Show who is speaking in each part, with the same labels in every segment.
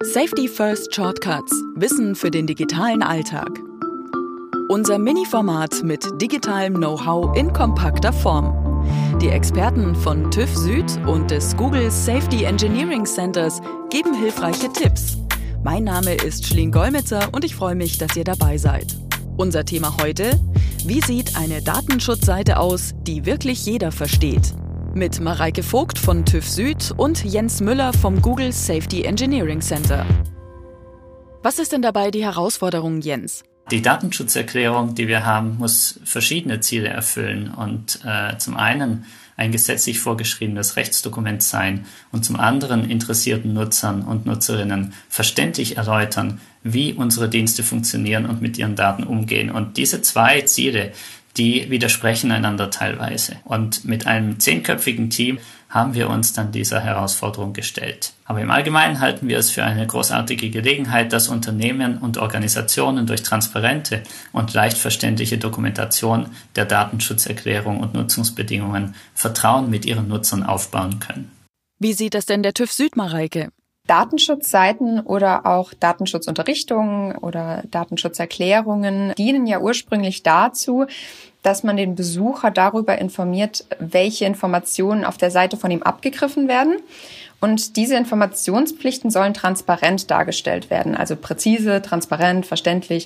Speaker 1: Safety First Shortcuts – Wissen für den digitalen Alltag. Unser Mini-Format mit digitalem Know-how in kompakter Form. Die Experten von TÜV Süd und des Google Safety Engineering Centers geben hilfreiche Tipps. Mein Name ist Schleen Golmitzer und ich freue mich, dass ihr dabei seid. Unser Thema heute: Wie sieht eine Datenschutzseite aus, die wirklich jeder versteht? Mit Mareike Vogt von TÜV Süd und Jens Müller vom Google Safety Engineering Center. Was ist denn dabei die Herausforderung, Jens?
Speaker 2: Die Datenschutzerklärung, die wir haben, muss verschiedene Ziele erfüllen und zum einen ein gesetzlich vorgeschriebenes Rechtsdokument sein und zum anderen interessierten Nutzern und Nutzerinnen verständlich erläutern, wie unsere Dienste funktionieren und mit ihren Daten umgehen. Und diese zwei Ziele, die widersprechen einander teilweise. Und mit einem 10-köpfigen Team haben wir uns dann dieser Herausforderung gestellt. Aber im Allgemeinen halten wir es für eine großartige Gelegenheit, dass Unternehmen und Organisationen durch transparente und leicht verständliche Dokumentation der Datenschutzerklärung und Nutzungsbedingungen Vertrauen mit ihren Nutzern aufbauen können.
Speaker 1: Wie sieht das denn der TÜV Süd, Mareike?
Speaker 3: Datenschutzseiten oder auch Datenschutzunterrichtungen oder Datenschutzerklärungen dienen ja ursprünglich dazu, dass man den Besucher darüber informiert, welche Informationen auf der Seite von ihm abgegriffen werden. Und diese Informationspflichten sollen transparent dargestellt werden, also präzise, transparent, verständlich.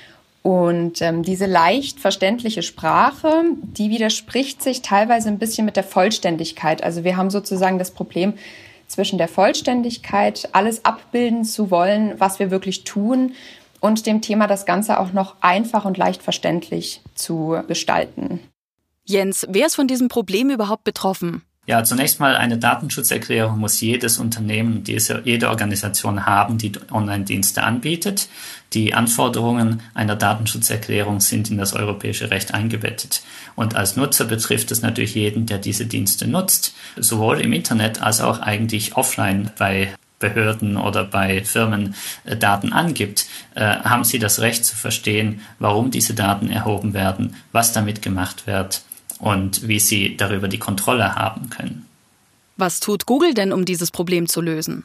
Speaker 3: Und diese leicht verständliche Sprache, die widerspricht sich teilweise ein bisschen mit der Vollständigkeit. Also wir haben sozusagen das Problem zwischen der Vollständigkeit, alles abbilden zu wollen, was wir wirklich tun, und dem Thema, das Ganze auch noch einfach und leicht verständlich zu gestalten.
Speaker 1: Jens, wer ist von diesem Problem überhaupt betroffen?
Speaker 2: Ja, zunächst mal eine Datenschutzerklärung muss jedes Unternehmen, jede Organisation haben, die Online-Dienste anbietet. Die Anforderungen einer Datenschutzerklärung sind in das europäische Recht eingebettet. Und als Nutzer betrifft es natürlich jeden, der diese Dienste nutzt, sowohl im Internet als auch eigentlich offline bei Behörden oder bei Firmen Daten angibt, haben sie das Recht zu verstehen, warum diese Daten erhoben werden, was damit gemacht wird und wie sie darüber die Kontrolle haben können.
Speaker 1: Was tut Google denn, um dieses Problem zu lösen?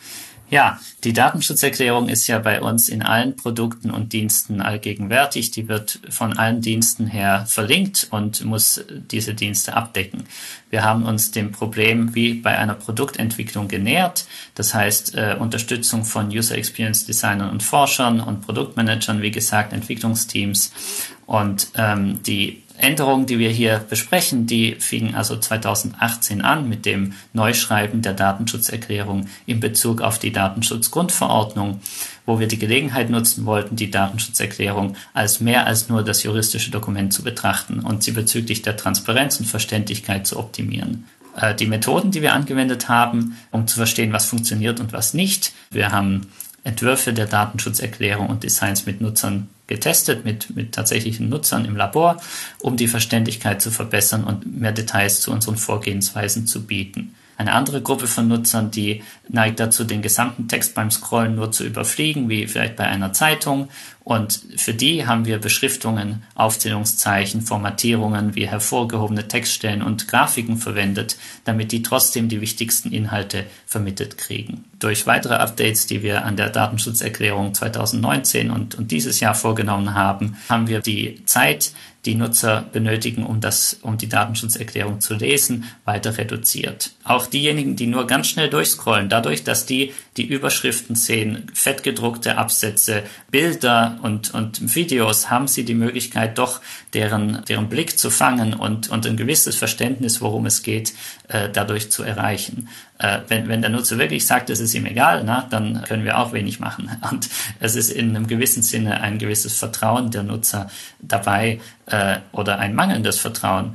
Speaker 2: Ja, die Datenschutzerklärung ist ja bei uns in allen Produkten und Diensten allgegenwärtig. Die wird von allen Diensten her verlinkt und muss diese Dienste abdecken. Wir haben uns dem Problem wie bei einer Produktentwicklung genähert. Das heißt, Unterstützung von User Experience Designern und Forschern und Produktmanagern, wie gesagt, Entwicklungsteams. Und die Änderungen, die wir hier besprechen, die fingen also 2018 an mit dem Neuschreiben der Datenschutzerklärung in Bezug auf die Datenschutzgrundverordnung, wo wir die Gelegenheit nutzen wollten, die Datenschutzerklärung als mehr als nur das juristische Dokument zu betrachten und sie bezüglich der Transparenz und Verständlichkeit zu optimieren. Die Methoden, die wir angewendet haben, um zu verstehen, was funktioniert und was nicht. Wir haben Entwürfe der Datenschutzerklärung und Designs mit Nutzern getestet, mit tatsächlichen Nutzern im Labor, um die Verständlichkeit zu verbessern und mehr Details zu unseren Vorgehensweisen zu bieten. Eine andere Gruppe von Nutzern, die neigt dazu, den gesamten Text beim Scrollen nur zu überfliegen, wie vielleicht bei einer Zeitung. Und für die haben wir Beschriftungen, Aufzählungszeichen, Formatierungen wie hervorgehobene Textstellen und Grafiken verwendet, damit die trotzdem die wichtigsten Inhalte vermittelt kriegen. Durch weitere Updates, die wir an der Datenschutzerklärung 2019 und dieses Jahr vorgenommen haben, haben wir die Zeit, die Nutzer benötigen, um die Datenschutzerklärung zu lesen, weiter reduziert. Auch diejenigen, die nur ganz schnell durchscrollen, dadurch, dass die Überschriften sehen, fettgedruckte Absätze, Bilder und Videos, haben sie die Möglichkeit, doch deren Blick zu fangen und ein gewisses Verständnis, worum es geht, dadurch zu erreichen. Wenn der Nutzer wirklich sagt, es ist ihm egal, dann können wir auch wenig machen. Und es ist in einem gewissen Sinne ein gewisses Vertrauen der Nutzer dabei oder ein mangelndes Vertrauen,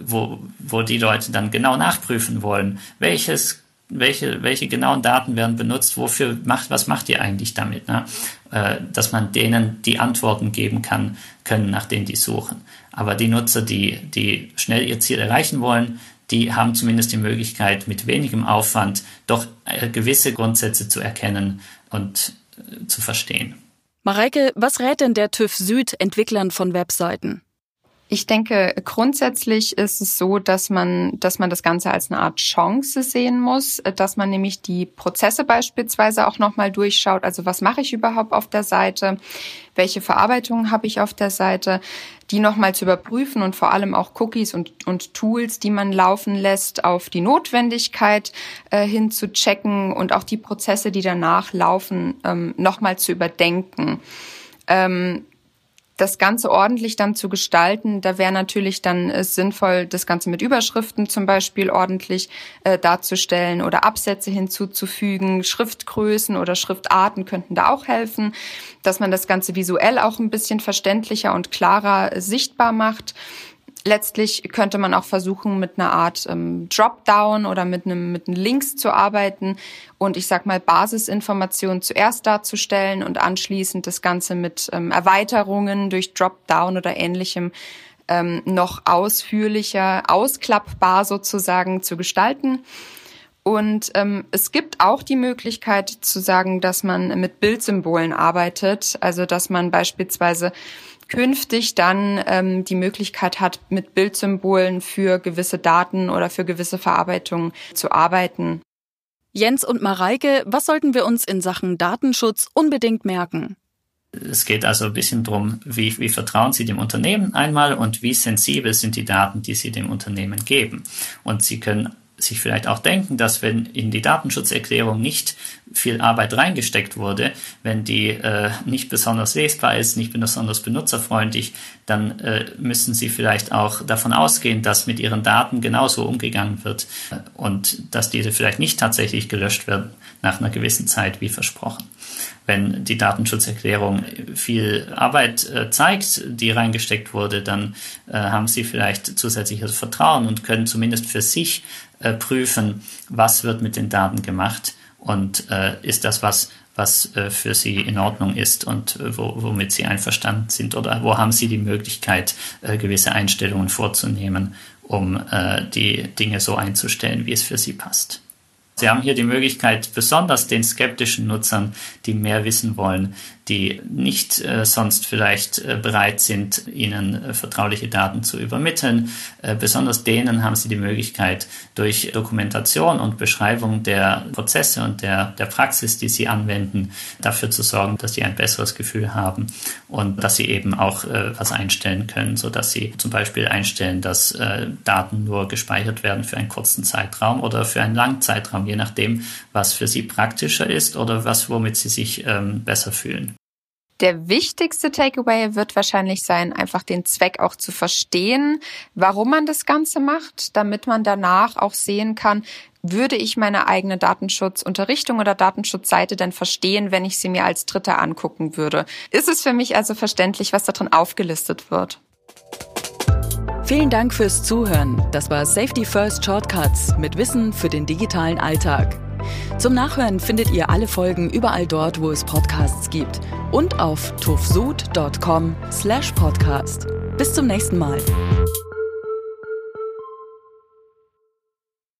Speaker 2: wo die Leute dann genau nachprüfen wollen, welche genauen Daten werden benutzt, was macht ihr eigentlich damit, dass man denen die Antworten geben können, nach denen die suchen. Aber die Nutzer, die schnell ihr Ziel erreichen wollen, die haben zumindest die Möglichkeit, mit wenigem Aufwand doch gewisse Grundsätze zu erkennen und zu verstehen.
Speaker 1: Mareike, was rät denn der TÜV Süd Entwicklern von Webseiten?
Speaker 3: Ich denke, grundsätzlich ist es so, dass man das Ganze als eine Art Chance sehen muss, dass man nämlich die Prozesse beispielsweise auch nochmal durchschaut. Also was mache ich überhaupt auf der Seite? Welche Verarbeitungen habe ich auf der Seite? Die nochmal zu überprüfen und vor allem auch Cookies und Tools, die man laufen lässt, auf die Notwendigkeit hin zu checken und auch die Prozesse, die danach laufen, nochmal zu überdenken. Das Ganze ordentlich dann zu gestalten, da wäre natürlich dann sinnvoll, das Ganze mit Überschriften zum Beispiel ordentlich darzustellen oder Absätze hinzuzufügen. Schriftgrößen oder Schriftarten könnten da auch helfen, dass man das Ganze visuell auch ein bisschen verständlicher und klarer sichtbar macht. Letztlich könnte man auch versuchen, mit einer Art Dropdown oder mit Links zu arbeiten und ich sag mal Basisinformationen zuerst darzustellen und anschließend das Ganze mit Erweiterungen durch Dropdown oder Ähnlichem noch ausführlicher, ausklappbar sozusagen zu gestalten. Und es gibt auch die Möglichkeit zu sagen, dass man mit Bildsymbolen arbeitet, also dass man beispielsweise künftig dann die Möglichkeit hat, mit Bildsymbolen für gewisse Daten oder für gewisse Verarbeitungen zu arbeiten.
Speaker 1: Jens und Mareike, was sollten wir uns in Sachen Datenschutz unbedingt merken?
Speaker 2: Es geht also ein bisschen darum, wie vertrauen Sie dem Unternehmen einmal und wie sensibel sind die Daten, die Sie dem Unternehmen geben. Und Sie können sich vielleicht auch denken, dass wenn in die Datenschutzerklärung nicht viel Arbeit reingesteckt wurde, wenn die nicht besonders lesbar ist, nicht besonders benutzerfreundlich, dann müssen Sie vielleicht auch davon ausgehen, dass mit Ihren Daten genauso umgegangen wird und dass diese vielleicht nicht tatsächlich gelöscht werden nach einer gewissen Zeit wie versprochen. Wenn die Datenschutzerklärung viel Arbeit zeigt, die reingesteckt wurde, dann haben Sie vielleicht zusätzliches Vertrauen und können zumindest für sich prüfen, was wird mit den Daten gemacht und ist das was für Sie in Ordnung ist und womit Sie einverstanden sind oder wo haben Sie die Möglichkeit, gewisse Einstellungen vorzunehmen, um die Dinge so einzustellen, wie es für Sie passt. Sie haben hier die Möglichkeit, besonders den skeptischen Nutzern, die mehr wissen wollen, die nicht sonst vielleicht bereit sind, Ihnen vertrauliche Daten zu übermitteln. Besonders denen haben Sie die Möglichkeit, durch Dokumentation und Beschreibung der Prozesse und der Praxis, die Sie anwenden, dafür zu sorgen, dass Sie ein besseres Gefühl haben und dass Sie eben auch was einstellen können, sodass Sie zum Beispiel einstellen, dass Daten nur gespeichert werden für einen kurzen Zeitraum oder für einen langen Zeitraum, je nachdem, was für Sie praktischer ist oder womit Sie sich besser fühlen.
Speaker 3: Der wichtigste Takeaway wird wahrscheinlich sein, einfach den Zweck auch zu verstehen, warum man das Ganze macht, damit man danach auch sehen kann, würde ich meine eigene Datenschutzunterrichtung oder Datenschutzseite denn verstehen, wenn ich sie mir als Dritter angucken würde? Ist es für mich also verständlich, was da drin aufgelistet wird?
Speaker 1: Vielen Dank fürs Zuhören. Das war Safety First Shortcuts mit Wissen für den digitalen Alltag. Zum Nachhören findet ihr alle Folgen überall dort, wo es Podcasts gibt und auf tufsud.com/podcast. Bis zum nächsten Mal.